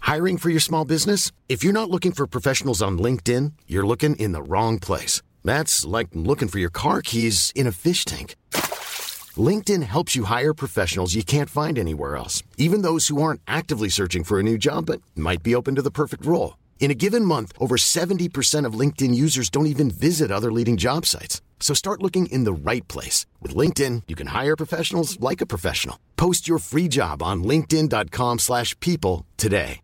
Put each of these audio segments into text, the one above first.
Hiring for your small business? If you're not looking for professionals on LinkedIn, you're looking in the wrong place. That's like looking for your car keys in a fish tank. LinkedIn helps you hire professionals you can't find anywhere else, even those who aren't actively searching for a new job but might be open to the perfect role. In a given month, over 70% of LinkedIn users don't even visit other leading job sites. So start looking in the right place. With LinkedIn, you can hire professionals like a professional. Post your free job on linkedin.com/people today.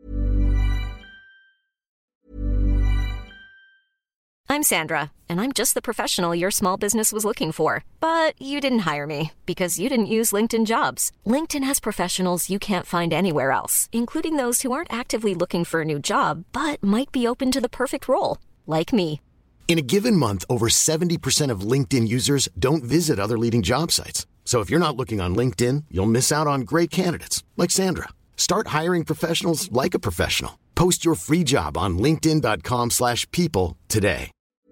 I'm Sandra, and I'm just the professional your small business was looking for. But you didn't hire me because you didn't use LinkedIn Jobs. LinkedIn has professionals you can't find anywhere else, including those who aren't actively looking for a new job, but might be open to the perfect role, like me. In a given month, over 70% of LinkedIn users don't visit other leading job sites. So if you're not looking on LinkedIn, you'll miss out on great candidates like Sandra. Start hiring professionals like a professional. Post your free job on linkedin.com/people today.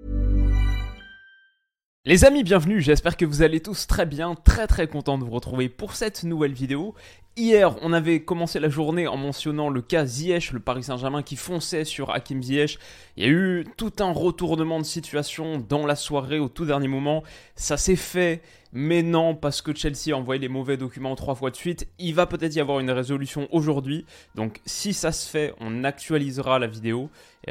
Les amis, bienvenue, j'espère que vous allez tous très bien, très content de vous retrouver pour cette nouvelle vidéo. Hier, on avait commencé la journée en mentionnant le cas Ziyech, le Paris Saint-Germain qui fonçait sur Hakim Ziyech. Il y a eu tout un retournement de situation dans la soirée au tout dernier moment. Ça s'est fait, mais non, parce que Chelsea a envoyé les mauvais documents 3 fois de suite. Il va peut-être y avoir une résolution aujourd'hui. Donc si ça se fait, on actualisera la vidéo.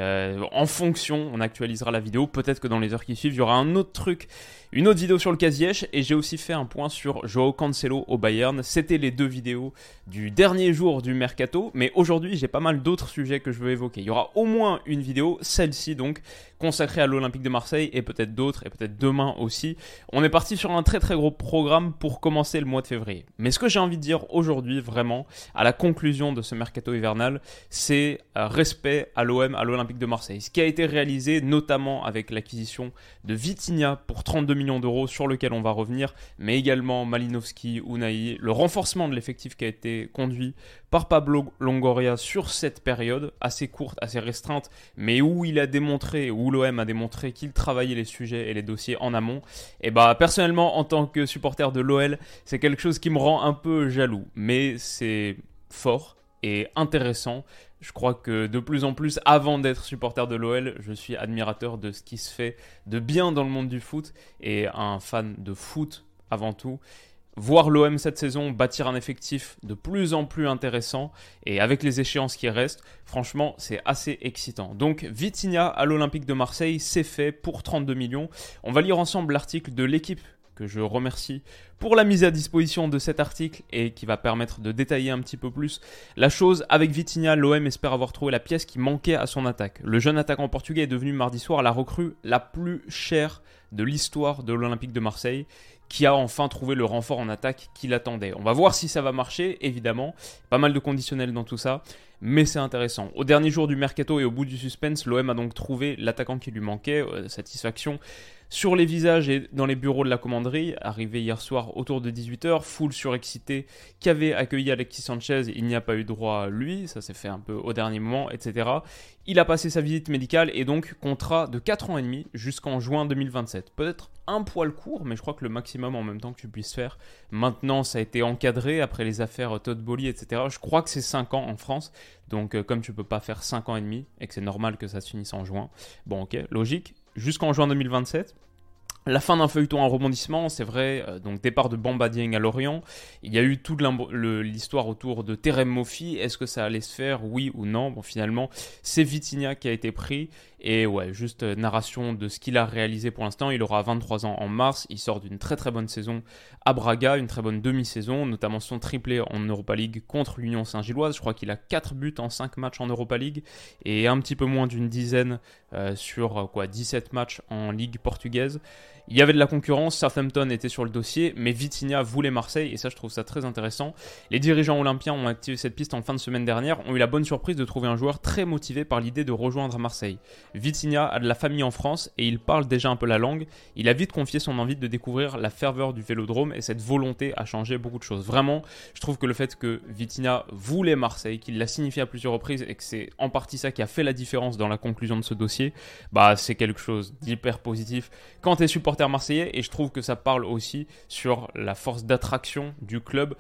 En fonction, on actualisera la vidéo. Peut-être que dans les heures qui suivent, il y aura un autre truc, une autre vidéo sur le cas Ziyech. Et j'ai aussi fait un point sur Joao Cancelo au Bayern. C'était les deux vidéos du dernier jour du mercato. Mais aujourd'hui, j'ai pas mal d'autres sujets que je veux évoquer. Il y aura au moins une vidéo, celle-ci donc, consacrée à l'Olympique de Marseille et peut-être d'autres, et peut-être demain aussi. On est parti sur un très gros programme pour commencer le mois de février. Mais ce que j'ai envie de dire aujourd'hui, vraiment, à la conclusion de ce mercato hivernal, c'est respect à l'OM, à l'Olympique de Marseille. Ce qui a été réalisé, notamment avec l'acquisition de Vitinha pour 32 millions d'euros, sur lequel on va revenir, mais également Malinowski, Unai, le renforcement de l'effectif qui a été conduit par Pablo Longoria sur cette période assez courte, assez restreinte, mais où il a démontré, où l'OM a démontré qu'il travaillait les sujets et les dossiers en amont. Et bah personnellement, en tant que supporter de l'OL, c'est quelque chose qui me rend un peu jaloux, mais c'est fort et intéressant. Je crois que de plus en plus, avant d'être supporter de l'OL, je suis admirateur de ce qui se fait de bien dans le monde du foot et un fan de foot avant tout. Voir l'OM cette saison bâtir un effectif de plus en plus intéressant et avec les échéances qui restent, franchement, c'est assez excitant. Donc, Vitinha à l'Olympique de Marseille, c'est fait pour 32 millions. On va lire ensemble l'article de l'équipe que je remercie pour la mise à disposition de cet article et qui va permettre de détailler un petit peu plus la chose. Avec Vitinha, l'OM espère avoir trouvé la pièce qui manquait à son attaque. Le jeune attaquant portugais est devenu mardi soir la recrue la plus chère de l'histoire de l'Olympique de Marseille, qui a enfin trouvé le renfort en attaque qu'il attendait. On va voir si ça va marcher, évidemment. Pas mal de conditionnels dans tout ça, mais c'est intéressant. Au dernier jour du mercato et au bout du suspense, l'OM a donc trouvé l'attaquant qui lui manquait. Satisfaction sur les visages et dans les bureaux de la commanderie. Arrivé hier soir autour de 18h, foule surexcitée qui avait accueilli Alexis Sanchez. Il n'y a pas eu droit à lui, ça s'est fait un peu au dernier moment, etc. Il a passé sa visite médicale et donc contrat de 4 ans et demi jusqu'en juin 2027. Peut-être un poil court, mais je crois que le maximum en même temps que tu puisses faire. Maintenant, ça a été encadré après les affaires Todd Boehly, etc. Je crois que c'est 5 ans en France. Donc, comme tu peux pas faire 5 ans et demi et que c'est normal que ça se finisse en juin, bon, ok, logique. Jusqu'en juin 2027. La fin d'un feuilleton en rebondissement, c'est vrai, donc départ de Bamba Dieng à Lorient. Il y a eu toute l'histoire autour de Terem Moffi. Est-ce que ça allait se faire, oui ou non? Bon, finalement, c'est Vitinha qui a été pris. Et ouais, juste narration de ce qu'il a réalisé pour l'instant. Il aura 23 ans en mars. Il sort d'une très bonne saison à Braga, une très bonne demi-saison, notamment son triplé en Europa League contre l'Union Saint-Gilloise. Je crois qu'il a 4 buts en 5 matchs en Europa League et un petit peu moins d'une dizaine sur 17 matchs en Ligue portugaise. Il y avait de la concurrence, Southampton était sur le dossier, mais Vitinha voulait Marseille, et ça je trouve ça très intéressant. Les dirigeants olympiens ont activé cette piste en fin de semaine dernière, ont eu la bonne surprise de trouver un joueur très motivé par l'idée de rejoindre Marseille. Vitinha a de la famille en France, et il parle déjà un peu la langue. Il a vite confié son envie de découvrir la ferveur du Vélodrome, et cette volonté a changé beaucoup de choses. Vraiment, je trouve que le fait que Vitinha voulait Marseille, qu'il l'a signifié à plusieurs reprises, et que c'est en partie ça qui a fait la différence dans la conclusion de ce dossier, bah c'est quelque chose d'hyper positif quand t'es supporter marseillais, et je trouve que ça parle aussi sur la force d'attraction du club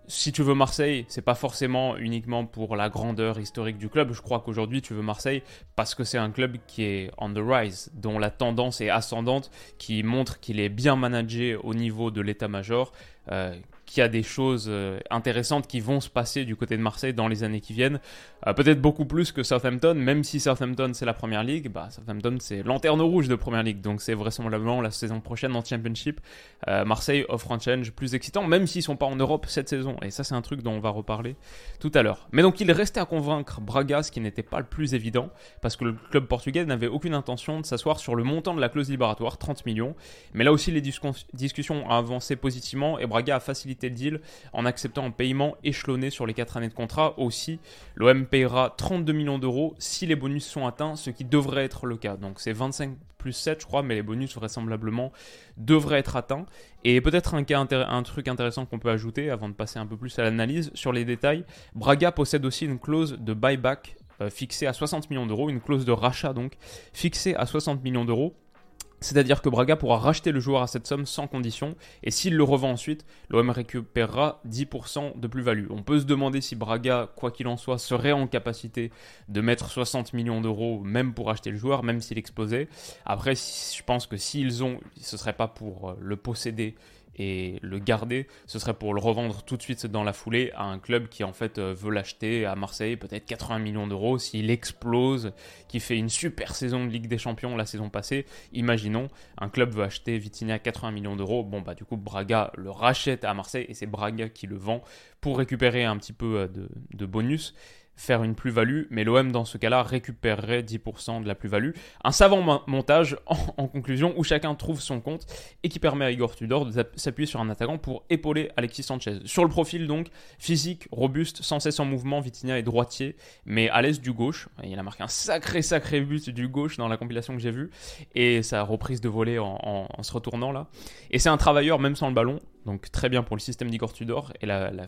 Si tu veux Marseille, c'est pas forcément uniquement pour la grandeur historique du club. Je crois qu'aujourd'hui, tu veux Marseille parce que c'est un club qui est on the rise, dont la tendance est ascendante, qui montre qu'il est bien managé au niveau de l'état-major, qu'il y a des choses intéressantes qui vont se passer du côté de Marseille dans les années qui viennent. Peut-être beaucoup plus que Southampton, même si Southampton c'est la Première Ligue, Southampton c'est lanterne rouge de Première Ligue, donc c'est vraisemblablement la saison prochaine en Championship. Marseille offre un challenge plus excitant, même s'ils ne sont pas en Europe cette saison, et ça c'est un truc dont on va reparler tout à l'heure. Mais donc il restait à convaincre Braga, ce qui n'était pas le plus évident, parce que le club portugais n'avait aucune intention de s'asseoir sur le montant de la clause libératoire, 30 millions, mais là aussi les discussions ont avancé positivement, et Braga a facilité le deal en acceptant un paiement échelonné sur les 4 années de contrat. Aussi, l'OM paiera 32 millions d'euros si les bonus sont atteints, ce qui devrait être le cas. Donc c'est 25 plus 7 je crois, mais les bonus vraisemblablement devraient être atteints. Et peut-être un truc intéressant qu'on peut ajouter avant de passer un peu plus à l'analyse sur les détails, Braga possède aussi une clause de buyback fixée à 60 millions d'euros, une clause de rachat donc fixée à 60 millions d'euros. C'est-à-dire que Braga pourra racheter le joueur à cette somme sans condition, et s'il le revend ensuite, l'OM récupérera 10% de plus-value. On peut se demander si Braga, quoi qu'il en soit, serait en capacité de mettre 60 millions d'euros même pour acheter le joueur, même s'il explosait. Après, je pense que s'ils ont, ce ne serait pas pour le posséder et le garder, ce serait pour le revendre tout de suite dans la foulée à un club qui en fait veut l'acheter à Marseille, peut-être 80 millions d'euros, s'il explose, qui fait une super saison de Ligue des Champions la saison passée. Imaginons, un club veut acheter Vitinha à 80 millions d'euros, du coup Braga le rachète à Marseille et c'est Braga qui le vend pour récupérer un petit peu de bonus, faire une plus-value, mais l'OM dans ce cas-là récupérerait 10% de la plus-value. Un savant montage en conclusion où chacun trouve son compte et qui permet à Igor Tudor de s'appuyer sur un attaquant pour épauler Alexis Sanchez. Sur le profil donc, physique, robuste, sans cesse en mouvement, Vitinha est droitier, mais à l'aise du gauche. Il a marqué un sacré but du gauche dans la compilation que j'ai vue, et sa reprise de volée en se retournant là. Et c'est un travailleur même sans le ballon, donc très bien pour le système d'Igor Tudor et la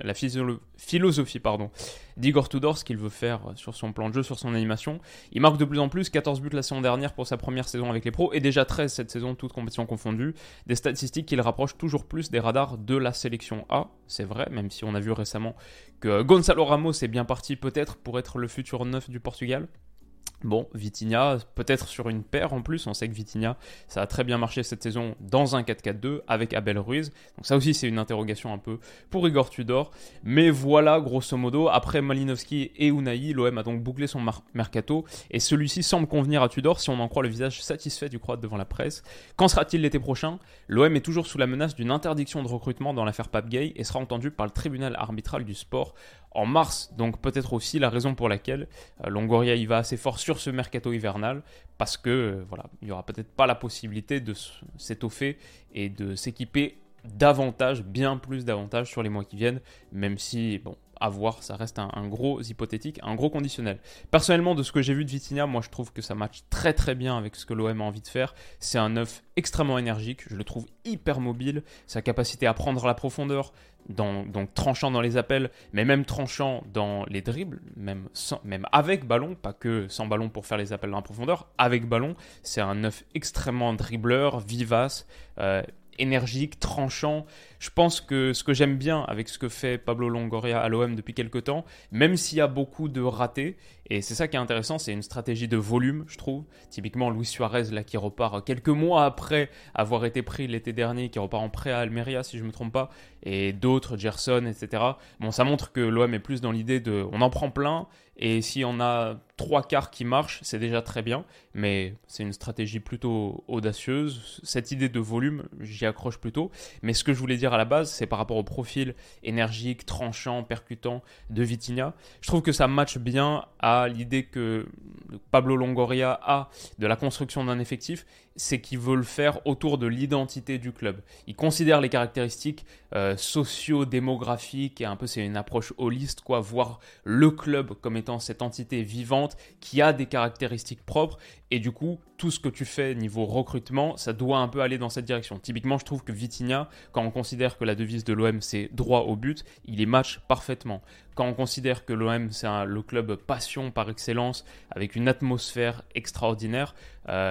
philosophie d'Igor Tudor, ce qu'il veut faire sur son plan de jeu, sur son animation. Il marque de plus en plus, 14 buts la saison dernière pour sa première saison avec les pros, et déjà 13 cette saison, toutes compétitions confondues. Des statistiques qui le rapprochent toujours plus des radars de la sélection A, c'est vrai, même si on a vu récemment que Gonçalo Ramos est bien parti peut-être pour être le futur neuf du Portugal. Bon, Vitinha, peut-être sur une paire en plus. On sait que Vitinha, ça a très bien marché cette saison dans un 4-4-2 avec Abel Ruiz. Donc ça aussi, c'est une interrogation un peu pour Igor Tudor. Mais voilà, grosso modo, après Malinowski et Unai, l'OM a donc bouclé son mercato. Et celui-ci semble convenir à Tudor si on en croit le visage satisfait du Croate devant la presse. Qu'en sera-t-il l'été prochain ? L'OM est toujours sous la menace d'une interdiction de recrutement dans l'affaire Pape Gueye et sera entendu par le tribunal arbitral du sport en mars, donc peut-être aussi la raison pour laquelle Longoria y va assez fort sur ce mercato hivernal, parce que il n'y aura peut-être pas la possibilité de s'étoffer et de s'équiper davantage, bien plus davantage sur les mois qui viennent, même si, à voir, ça reste un gros hypothétique, un gros conditionnel. Personnellement, de ce que j'ai vu de Vitinha, moi je trouve que ça matche très très bien avec ce que l'OM a envie de faire. C'est un neuf extrêmement énergique, je le trouve hyper mobile, sa capacité à prendre la profondeur, donc tranchant dans les appels, mais même tranchant dans les dribbles, même avec ballon, pas que sans ballon pour faire les appels dans la profondeur, avec ballon, c'est un neuf extrêmement dribbleur, vivace, énergique, tranchant. Je pense que ce que j'aime bien avec ce que fait Pablo Longoria à l'OM depuis quelques temps, même s'il y a beaucoup de ratés, et c'est ça qui est intéressant, c'est une stratégie de volume, je trouve. Typiquement, Luis Suarez, là, qui repart quelques mois après avoir été pris l'été dernier, qui repart en prêt à Almeria, si je ne me trompe pas, et d'autres, Gerson, etc. Bon, ça montre que l'OM est plus dans l'idée de... On en prend plein, et si on a 3/4 qui marchent, c'est déjà très bien, mais c'est une stratégie plutôt audacieuse. Cette idée de volume, j'y accroche plutôt, mais ce que je voulais dire à la base, c'est par rapport au profil énergique, tranchant, percutant de Vitinha. Je trouve que ça matche bien à l'idée que Pablo Longoria a de la construction d'un effectif, c'est qu'il veut le faire autour de l'identité du club. Il considère les caractéristiques socio-démographiques, et un peu c'est une approche holiste, voir le club comme étant cette entité vivante qui a des caractéristiques propres, et du coup, tout ce que tu fais niveau recrutement, ça doit un peu aller dans cette direction. Typiquement, je trouve que Vitinha, quand on considère que la devise de l'OM c'est droit au but, il y match parfaitement. Quand on considère que l'OM c'est le club passion par excellence, avec une atmosphère extraordinaire,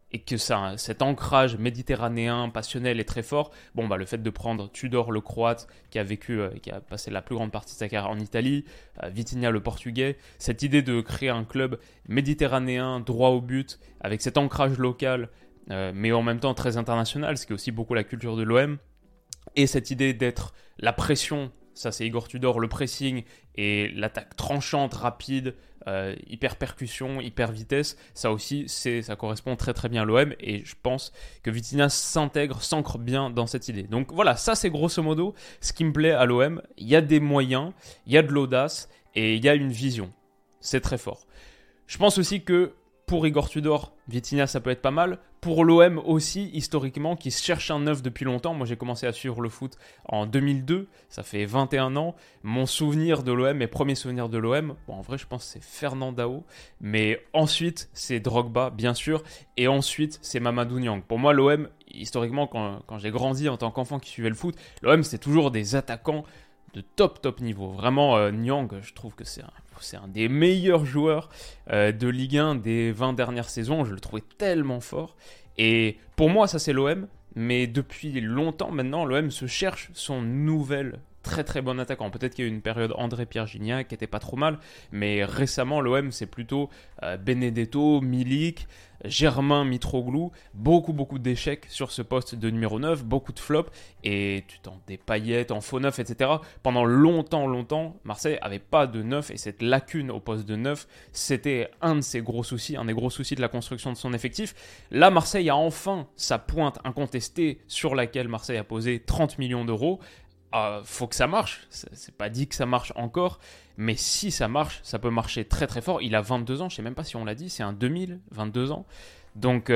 et que ça, cet ancrage méditerranéen passionnel est très fort, le fait de prendre Tudor le Croate qui a passé la plus grande partie de sa carrière en Italie, Vitinha le Portugais, cette idée de créer un club méditerranéen droit au but avec cet ancrage local mais en même temps très international, ce qui est aussi beaucoup la culture de l'OM, et cette idée d'être la pression, ça c'est Igor Tudor, le pressing et l'attaque tranchante, rapide, hyper percussion, hyper vitesse, ça aussi ça correspond très très bien à l'OM, et je pense que Vitinha s'ancre bien dans cette idée. Donc voilà, ça c'est grosso modo ce qui me plaît à l'OM. Il y a des moyens, il y a de l'audace et il y a une vision. C'est très fort. Je pense aussi que pour Igor Tudor, Vitinha, ça peut être pas mal. Pour l'OM aussi, historiquement, qui se cherche un neuf depuis longtemps. Moi, j'ai commencé à suivre le foot en 2002. Ça fait 21 ans. Mon souvenir de l'OM, mes premiers souvenirs de l'OM, en vrai, je pense que c'est Fernandao. Mais ensuite, c'est Drogba, bien sûr. Et ensuite, c'est Mamadou Niang. Pour moi, l'OM, historiquement, quand j'ai grandi en tant qu'enfant qui suivait le foot, l'OM, c'était toujours des attaquants de top niveau. Vraiment, Niang, je trouve que c'est un des meilleurs joueurs de Ligue 1 des 20 dernières saisons. Je le trouvais tellement fort. Et pour moi, ça c'est l'OM. Mais depuis longtemps maintenant, l'OM se cherche son nouvel très très bon attaquant. Peut-être qu'il y a eu une période André-Pierre Gignac qui était pas trop mal. Mais récemment, l'OM c'est plutôt Benedetto, Milik, Germain Mitroglou, beaucoup d'échecs sur ce poste de numéro 9, beaucoup de flops, et tu t'en des paillettes en faux neuf, etc. Pendant longtemps, Marseille avait pas de neuf, et cette lacune au poste de neuf, c'était un de ses gros soucis, un des gros soucis de la construction de son effectif. Là, Marseille a enfin sa pointe incontestée sur laquelle Marseille a posé 30 millions d'euros. Faut que ça marche, c'est pas dit que ça marche encore, mais si ça marche, ça peut marcher très très fort. Il a 22 ans, je sais même pas si on l'a dit, c'est un 22 ans. Donc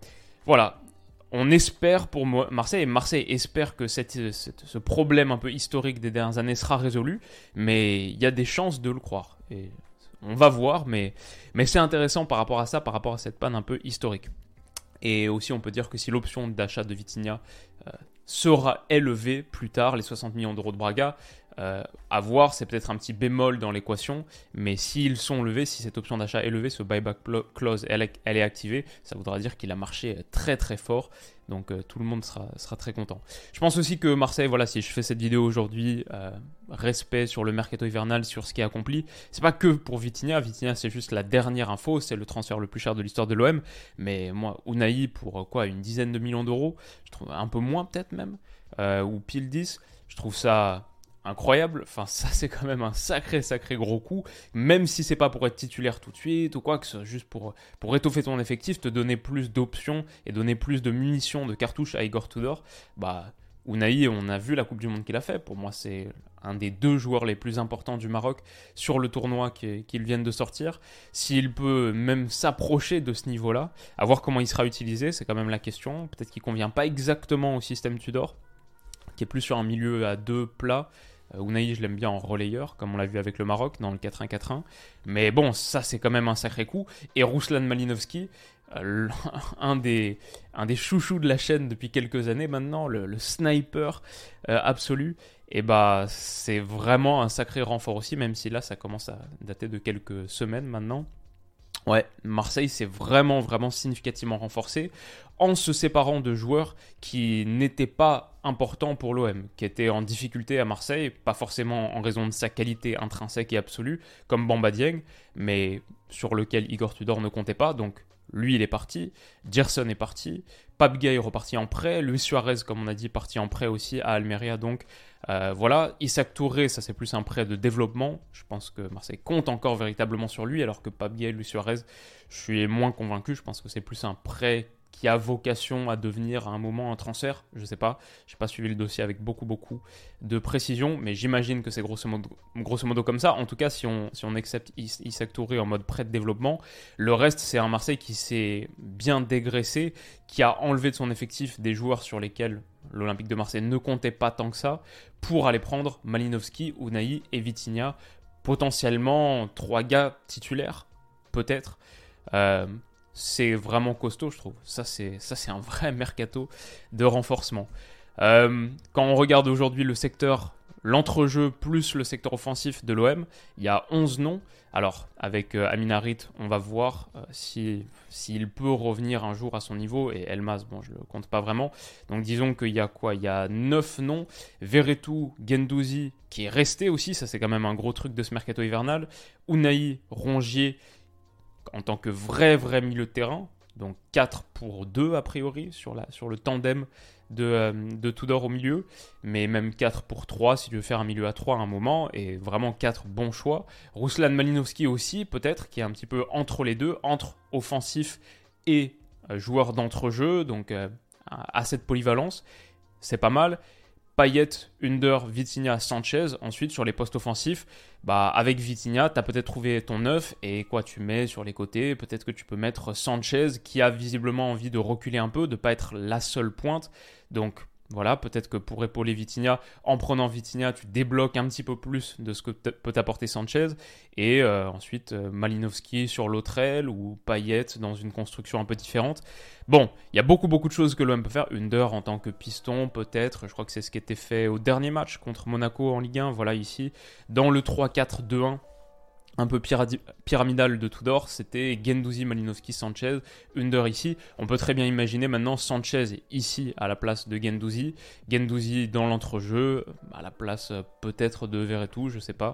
voilà, on espère pour Marseille, et Marseille espère que ce problème un peu historique des dernières années sera résolu, mais il y a des chances de le croire. Et on va voir, mais c'est intéressant par rapport à ça, par rapport à cette panne un peu historique. Et aussi, on peut dire que si l'option d'achat de Vitinha sera élevée plus tard, les 60 millions d'euros de Braga, à voir, c'est peut-être un petit bémol dans l'équation, mais s'ils sont levés, si cette option d'achat est levée, ce buyback clause, elle est activée, ça voudra dire qu'il a marché très très fort, donc tout le monde sera très content. Je pense aussi que Marseille, voilà, si je fais cette vidéo aujourd'hui, respect sur le mercato hivernal, sur ce qui est accompli, c'est pas que pour Vitinha, c'est juste la dernière info, c'est le transfert le plus cher de l'histoire de l'OM, mais moi, Unai pour une dizaine de millions d'euros, je trouve un peu moins peut-être même, ou pile 10, je trouve ça incroyable. Enfin, ça c'est quand même un sacré gros coup, même si c'est pas pour être titulaire tout de suite ou quoi, que ce soit juste pour étoffer ton effectif, te donner plus d'options et donner plus de munitions, de cartouches à Igor Tudor. Unai, on a vu la Coupe du Monde qu'il a fait. Pour moi, c'est un des 2 joueurs les plus importants du Maroc sur le tournoi qu'ils viennent de sortir. S'il peut même s'approcher de ce niveau-là, à voir comment il sera utilisé, c'est quand même la question. Peut-être qu'il convient pas exactement au système Tudor, qui est plus sur un milieu à 2 plats. Unai, je l'aime bien en relayeur, comme on l'a vu avec le Maroc dans le 4-1-4-1. Mais bon, ça c'est quand même un sacré coup. Et Ruslan Malinovski, un des chouchous de la chaîne depuis quelques années maintenant, le sniper absolu, et c'est vraiment un sacré renfort aussi, même si là ça commence à dater de quelques semaines maintenant. Ouais, Marseille s'est vraiment significativement renforcé en se séparant de joueurs qui n'étaient pas importants pour l'OM, qui étaient en difficulté à Marseille, pas forcément en raison de sa qualité intrinsèque et absolue, comme Bamba Dieng, mais sur lequel Igor Tudor ne comptait pas, donc lui il est parti, Gerson est parti, Pape Gueye est reparti en prêt, Luis Suarez, comme on a dit, parti en prêt aussi à Almeria, donc voilà. Isaac Touré, ça c'est plus un prêt de développement, je pense que Marseille compte encore véritablement sur lui, alors que Pape Gueye, Luis Suarez, je suis moins convaincu, je pense que c'est plus un prêt qui a vocation à devenir à un moment un transfert, je sais pas, j'ai pas suivi le dossier avec beaucoup de précision, mais j'imagine que c'est grosso modo comme ça. En tout cas, si on accepte Isaac Touré en mode prêt de développement, le reste c'est un Marseille qui s'est bien dégraissé, qui a enlevé de son effectif des joueurs sur lesquels l'Olympique de Marseille ne comptait pas tant que ça, pour aller prendre Malinovski, Unai et Vitinha, potentiellement 3 gars titulaires, peut-être. C'est vraiment costaud, je trouve. Ça, c'est un vrai mercato de renforcement. Quand on regarde aujourd'hui le secteur l'entrejeu plus le secteur offensif de l'OM, il y a 11 noms. Alors, avec Amin Harit, on va voir s'il peut revenir un jour à son niveau. Et Elmas, bon, je ne le compte pas vraiment. Donc, disons qu'il y a quoi? Il y a 9 noms. Veretout, Guendouzi, qui est resté aussi. Ça, c'est quand même un gros truc de ce mercato hivernal. Unai, Rongier, en tant que vrai milieu de terrain. Donc 4 pour 2 a priori sur le tandem de Tudor au milieu, mais même 4 pour 3 si tu veux faire un milieu à 3 à un moment, et vraiment 4 bons choix. Ruslan Malinovski aussi peut-être, qui est un petit peu entre les deux, entre offensif et joueur d'entrejeu, donc à cette polyvalence, c'est pas mal. Payet, Under, Vitinha, Sanchez. Ensuite, sur les postes offensifs, avec Vitinha, tu as peut-être trouvé ton 9 et quoi tu mets sur les côtés. Peut-être que tu peux mettre Sanchez qui a visiblement envie de reculer un peu, de ne pas être la seule pointe. Donc voilà, peut-être que pour épauler Vitinha, en prenant Vitinha, tu débloques un petit peu plus de ce que peut t'apporter Sanchez. Et ensuite, Malinovski sur l'autre aile ou Payet dans une construction un peu différente. Bon, il y a beaucoup de choses que l'OM peut faire. Under en tant que piston, peut-être. Je crois que c'est ce qui était fait au dernier match contre Monaco en Ligue 1. Voilà, ici, dans le 3-4-2-1. Un peu pyramidal de Tudor, c'était Guendouzi, Malinovski, Sanchez, Under ici. On peut très bien imaginer maintenant Sanchez ici à la place de Guendouzi, Guendouzi dans l'entrejeu, à la place peut-être de Veretout, je sais pas.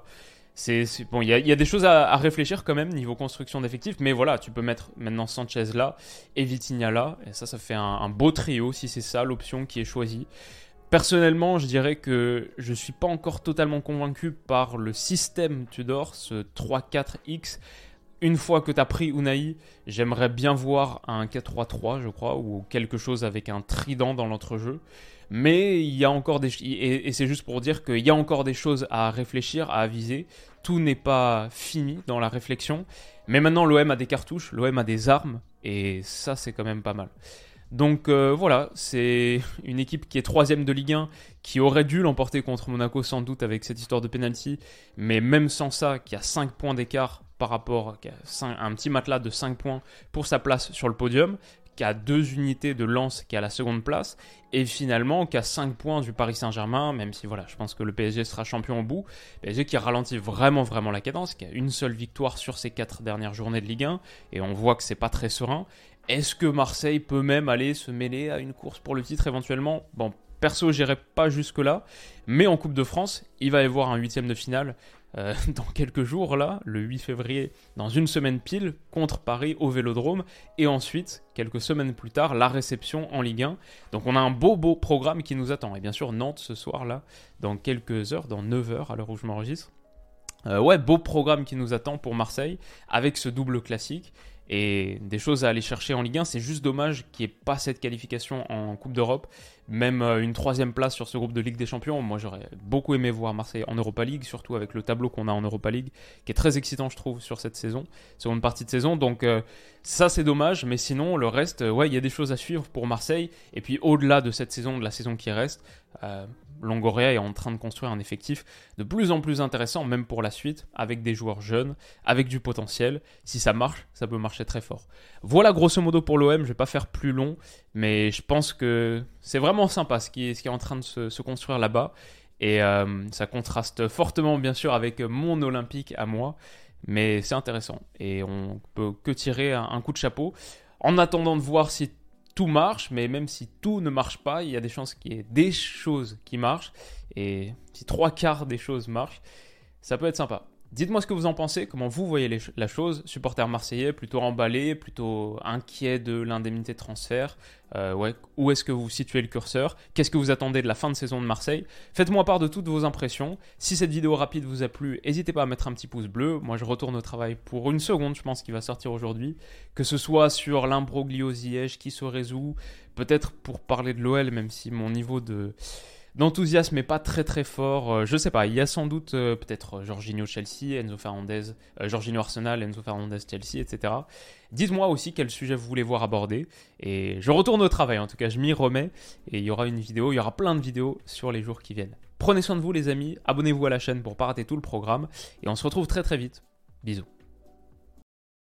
Bon, il y a des choses à réfléchir quand même niveau construction d'effectifs, mais voilà, tu peux mettre maintenant Sanchez là et Vitinha là, et ça fait un beau trio si c'est ça l'option qui est choisie. Personnellement, je dirais que je ne suis pas encore totalement convaincu par le système Tudor, ce 3-4X. Une fois que tu as pris Unai, j'aimerais bien voir un 4-3-3, je crois, ou quelque chose avec un trident dans l'entrejeu. Mais il y a encore et c'est juste pour dire qu'il y a encore des choses à réfléchir, à aviser. Tout n'est pas fini dans la réflexion. Mais maintenant, l'OM a des cartouches, l'OM a des armes, et ça, c'est quand même pas mal. Donc voilà, c'est une équipe qui est 3ème de Ligue 1, qui aurait dû l'emporter contre Monaco sans doute avec cette histoire de penalty, mais même sans ça, qui a 5 points d'écart par rapport à un petit matelas de 5 points pour sa place sur le podium, qui a 2 unités de Lens qui est à la seconde place, et finalement qui a 5 points du Paris Saint-Germain, même si voilà, je pense que le PSG sera champion au bout. PSG qui ralentit vraiment la cadence, qui a une seule victoire sur ses 4 dernières journées de Ligue 1, et on voit que c'est pas très serein. Est-ce que Marseille peut même aller se mêler à une course pour le titre éventuellement? Bon, perso, j'irai pas jusque-là, mais en Coupe de France, il va y avoir un 8e de finale dans quelques jours, là, le 8 février, dans une semaine pile, contre Paris au Vélodrome, et ensuite, quelques semaines plus tard, la réception en Ligue 1. Donc on a un beau programme qui nous attend, et bien sûr Nantes ce soir, là, dans quelques heures, dans 9 heures à l'heure où je m'enregistre. Beau programme qui nous attend pour Marseille, avec ce double classique, et des choses à aller chercher en Ligue 1. C'est juste dommage qu'il n'y ait pas cette qualification en Coupe d'Europe, même une 3e place sur ce groupe de Ligue des Champions. Moi j'aurais beaucoup aimé voir Marseille en Europa League, surtout avec le tableau qu'on a en Europa League, qui est très excitant je trouve sur cette seconde partie de saison. Donc ça c'est dommage, mais sinon le reste, il y a des choses à suivre pour Marseille. Et puis au-delà de cette saison, de la saison qui reste, Longoria est en train de construire un effectif de plus en plus intéressant, même pour la suite, avec des joueurs jeunes, avec du potentiel. Si ça marche, ça peut marcher très fort. Voilà grosso modo pour l'OM, je ne vais pas faire plus long, mais je pense que c'est vraiment sympa ce qui est en train de se construire là-bas. Et ça contraste fortement bien sûr avec mon Olympique à moi, mais c'est intéressant. Et on peut que tirer un coup de chapeau, en attendant de voir si tout marche, mais même si tout ne marche pas, il y a des chances qu'il y ait des choses qui marchent, et si 3/4 des choses marchent, ça peut être sympa. Dites-moi ce que vous en pensez, comment vous voyez la chose, supporter marseillais, plutôt emballé, plutôt inquiet de l'indemnité de transfert, où est-ce que vous situez le curseur, qu'est-ce que vous attendez de la fin de saison de Marseille? Faites-moi part de toutes vos impressions. Si cette vidéo rapide vous a plu, n'hésitez pas à mettre un petit pouce bleu. Moi je retourne au travail pour une seconde, je pense qu'il va sortir aujourd'hui, que ce soit sur l'imbroglio Ziyech qui se résout, peut-être pour parler de l'OL, même si mon niveau d'enthousiasme n'est pas très fort, je sais pas, il y a sans doute peut-être Jorginho Chelsea, Enzo Fernandez, Jorginho Arsenal, Enzo Fernandez Chelsea, etc. Dites-moi aussi quel sujet vous voulez voir abordé, et je retourne au travail, en tout cas je m'y remets, et il y aura plein de vidéos sur les jours qui viennent. Prenez soin de vous les amis, abonnez-vous à la chaîne pour pas rater tout le programme, et on se retrouve très vite. Bisous.